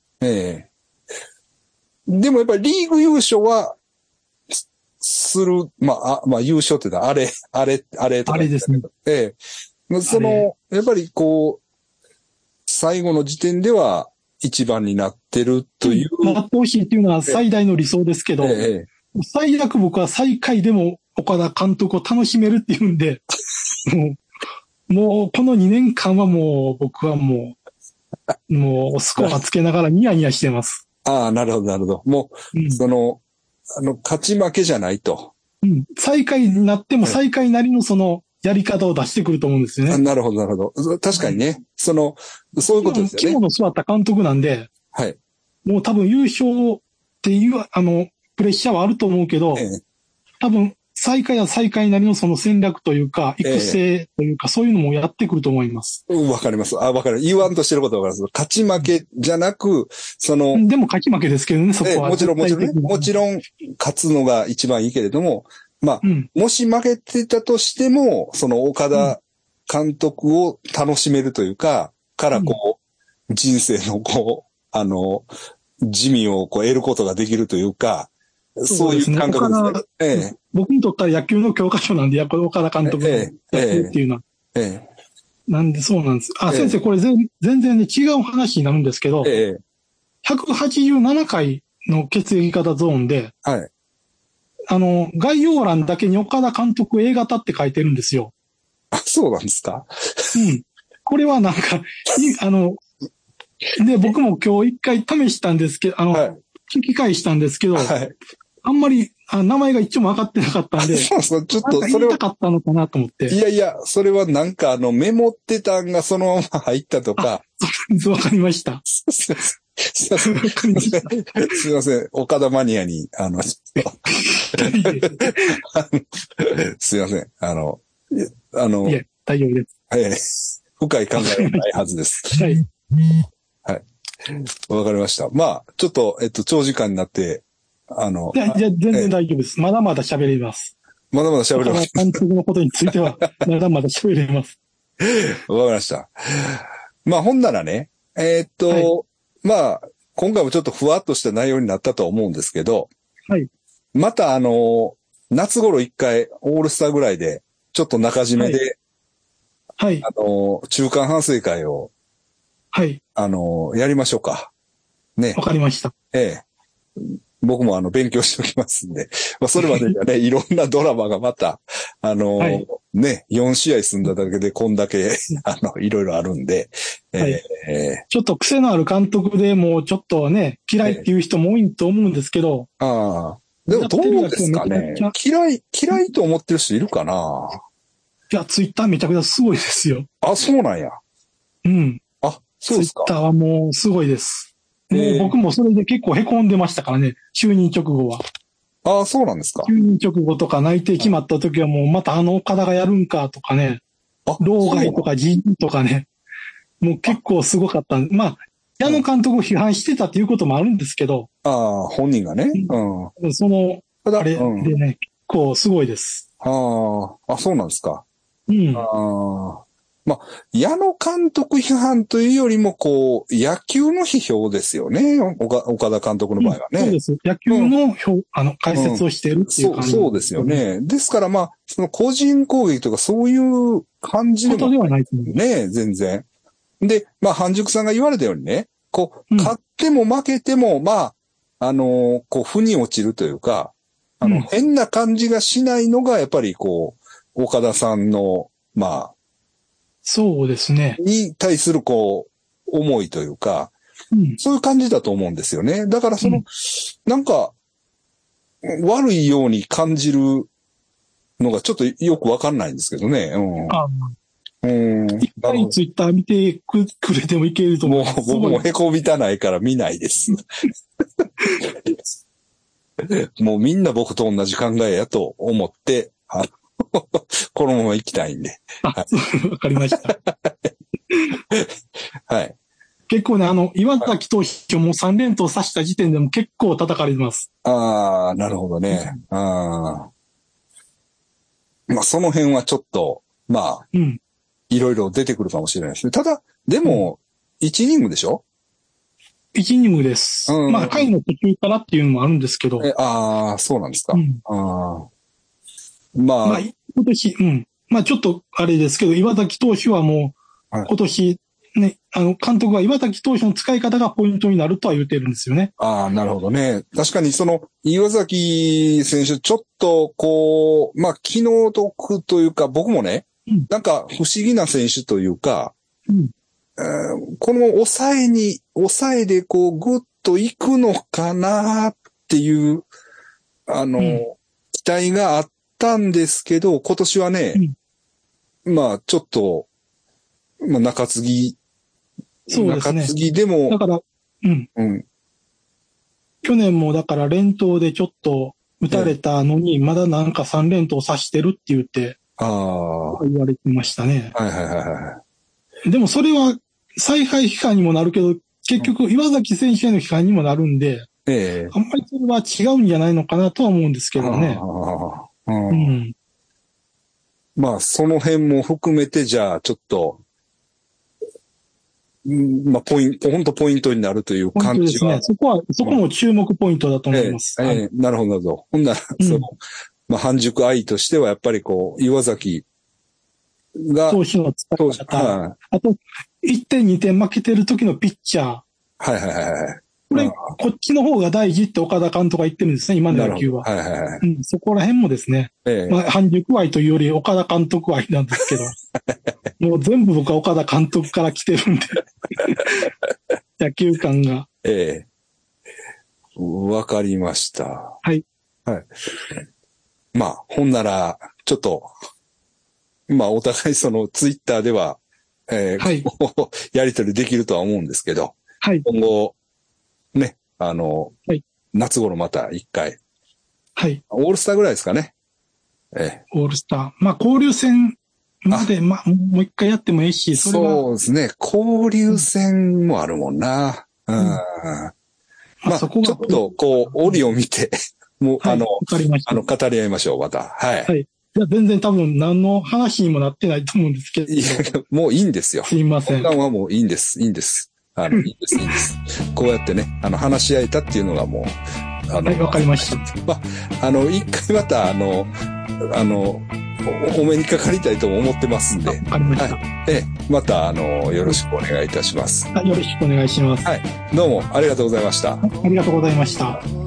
でもやっぱりリーグ優勝は、する、まあ優勝って言ったら、あれとか。 あれですね。 やっぱりこう、最後の時点では一番になってるという。 なってほしいっていうのは最大の理想ですけど、最悪僕は最下位でも岡田監督を楽しめるっていうんで、もうこの2年間はもう僕はもうスコアつけながらニヤニヤしてます。 ああ、なるほど、なるほど。もう、勝ち負けじゃないと。 最下位になっても最下位なりのそのやり方を出してくると思うんですよね。 なるほど、なるほど。確かにね。そういうことですよね。 肝の座った監督なんで、もう多分優勝っていう、プレッシャーはあると思うけど、多分最下位は最下位なりのその戦略というか、育成というか、そういうのもやってくると思います。 わかります。わかる。言わんとしてることはわかります。勝ち負けじゃなく、 でも勝ち負けですけどね、そこは。 もちろん、勝つのが一番いいけれども、まあ、もし負けてたとしても、その岡田監督を楽しめるというか、からこう、人生のこう、地味をこう得ることができるというか、そういう感覚ですね。 僕にとったら野球の教科書なんで、岡田監督の野球っていうのは。なんでそうなんです。先生、これ全然ね、違う話になるんですけど、187回の血液型ゾーンで、概要欄だけに岡田監督 A 型って書いてるんですよ。 あ、そうなんですか？ これはなんか、で、僕も今日一回試したんですけど、聞き返したんですけど、あんまり、名前が一応も分かってなかったんで、 そうそう、ちょっとそれは。言いたかったのかなと思って。 いやいや、それはなんかメモってたんがそのまま入ったとか。 わかりました。 すいません。岡田マニアに、すいません。 いや、大丈夫です。深い考えはないはずです。はい。わかりました。まあ、ちょっと、長時間になって、 いや、全然大丈夫です。まだまだ喋れます。 まだまだ喋れます。 監督のことについては、まだまだ喋れます。 わかりました。まあ、ほんならね、まあ、今回もちょっとふわっとした内容になったとは思うんですけど、また夏頃一回、オールスターぐらいで、ちょっと中締めで、中間反省会を、やりましょうか。 ね。 わかりました。 僕も勉強しておきますんで。まあ、それまでにはね、いろんなドラマがまた、ね、4試合済んだだけでこんだけ、いろいろあるんで。 ちょっと癖のある監督でもうちょっとね、嫌いっていう人も多いと思うんですけど。 でもどうですかね。嫌いと思ってる人いるかな。 いや、ツイッターめちゃくちゃすごいですよ。 あ、そうなんや。 うん。 そうですか。 ツイッターはもうすごいです。もう僕もそれで結構凹んでましたからね、就任直後は。 そうなんですか。 就任直後とか内定決まった時はもうまた岡田がやるんかとかね、老害とか人とかね、もう結構すごかった。まあ、矢野監督を批判してたっていうこともあるんですけど。 本人がね。 あれでね、結構すごいです。 そうなんですか。 うん。 まあ、矢野監督批判というよりも、野球の批評ですよね。岡田監督の場合はね。 そうです。野球の解説をしているっていう感じ、 そうですよね。ですからまあ、その個人攻撃とかそういう感じではないですね。全然。で、まあ、半熟さんが言われたようにね、勝っても負けても、まあ、負に落ちるというか、変な感じがしないのが、やっぱり岡田さんの、まあ、 そうですね。 に対する思いというか、そういう感じだと思うんですよね。だからなんか、悪いように感じるのがちょっとよくわかんないんですけどね。 一回ツイッター見てくれてもいけると思う。 僕も凹みたないから見ないです。もうみんな僕と同じ考えやと思って、このまま行きたいんで。 わかりました。 はい。 結構ね、岩崎投手も3連投さした時点でも結構叩かれてます。 なるほどね。まあ、その辺はちょっと、まあ、いろいろ出てくるかもしれないですね。ただ、でも、1イニングでしょ？ 1 イニングです。まあ、回の途中からっていうのもあるんですけど。 そうなんですか。 まあ、今年、まあちょっとあれですけど、岩崎投手はもう、今年、ね、監督は岩崎投手の使い方がポイントになるとは言ってるんですよね。 なるほどね。確かに岩崎選手、ちょっとまあ気の毒というか、僕もね、なんか不思議な選手というか、この抑えでグッと行くのかなっていう、期待があったんですけど、今年はね、まあちょっと、まあ中継ぎ、 そうですね。 中継ぎでも、 だから、去年もだから連投でちょっと打たれたのに、まだなんか3連投さしてるって言って、言われてましたね。でもそれは采配批判にもなるけど、結局岩崎選手への批判にもなるんで、あんまりそれは違うんじゃないのかなとは思うんですけどね。 まあ、その辺も含めて、じゃあ、ちょっと、まあ、本当ポイントになるという感じは。 ですね。そこも注目ポイントだと思います。 なるほど、なるほど。ほんなら、まあ、半熟愛としては、やっぱり岩崎が。 投手の使い方。あと、1点2点負けてる時のピッチャー。これ、こっちの方が大事って岡田監督が言ってるんですね、今の野球は。そこら辺もですね。まあ、半熟愛というより岡田監督愛なんですけど。もう全部僕は岡田監督から来てるんで。野球観が。 わかりました。 はい。 まあ、ほんなら、ちょっと、まあ、お互いツイッターでは、やり取りできるとは思うんですけど、今後、ね、夏頃また一回。オールスターぐらいですかね。 オールスター。まあ、交流戦まで、もう一回やってもいいし、 そうですね。交流戦もあるもんな。まあ、ちょっと、折を見て、もう、語り合いましょう、また。 いや、全然多分何の話にもなってないと思うんですけど。 いや、もういいんですよ。 すいません。 こんなんはもういいんです。いいんです。いいです。こうやってね、話し合えたっていうのがもう、 わかりました。 まあ、一回また、 お目にかかりたいと思ってますんで。 わかりました。 はい。また、よろしくお願いいたします。 よろしくお願いします。 はい。どうもありがとうございました。 ありがとうございました。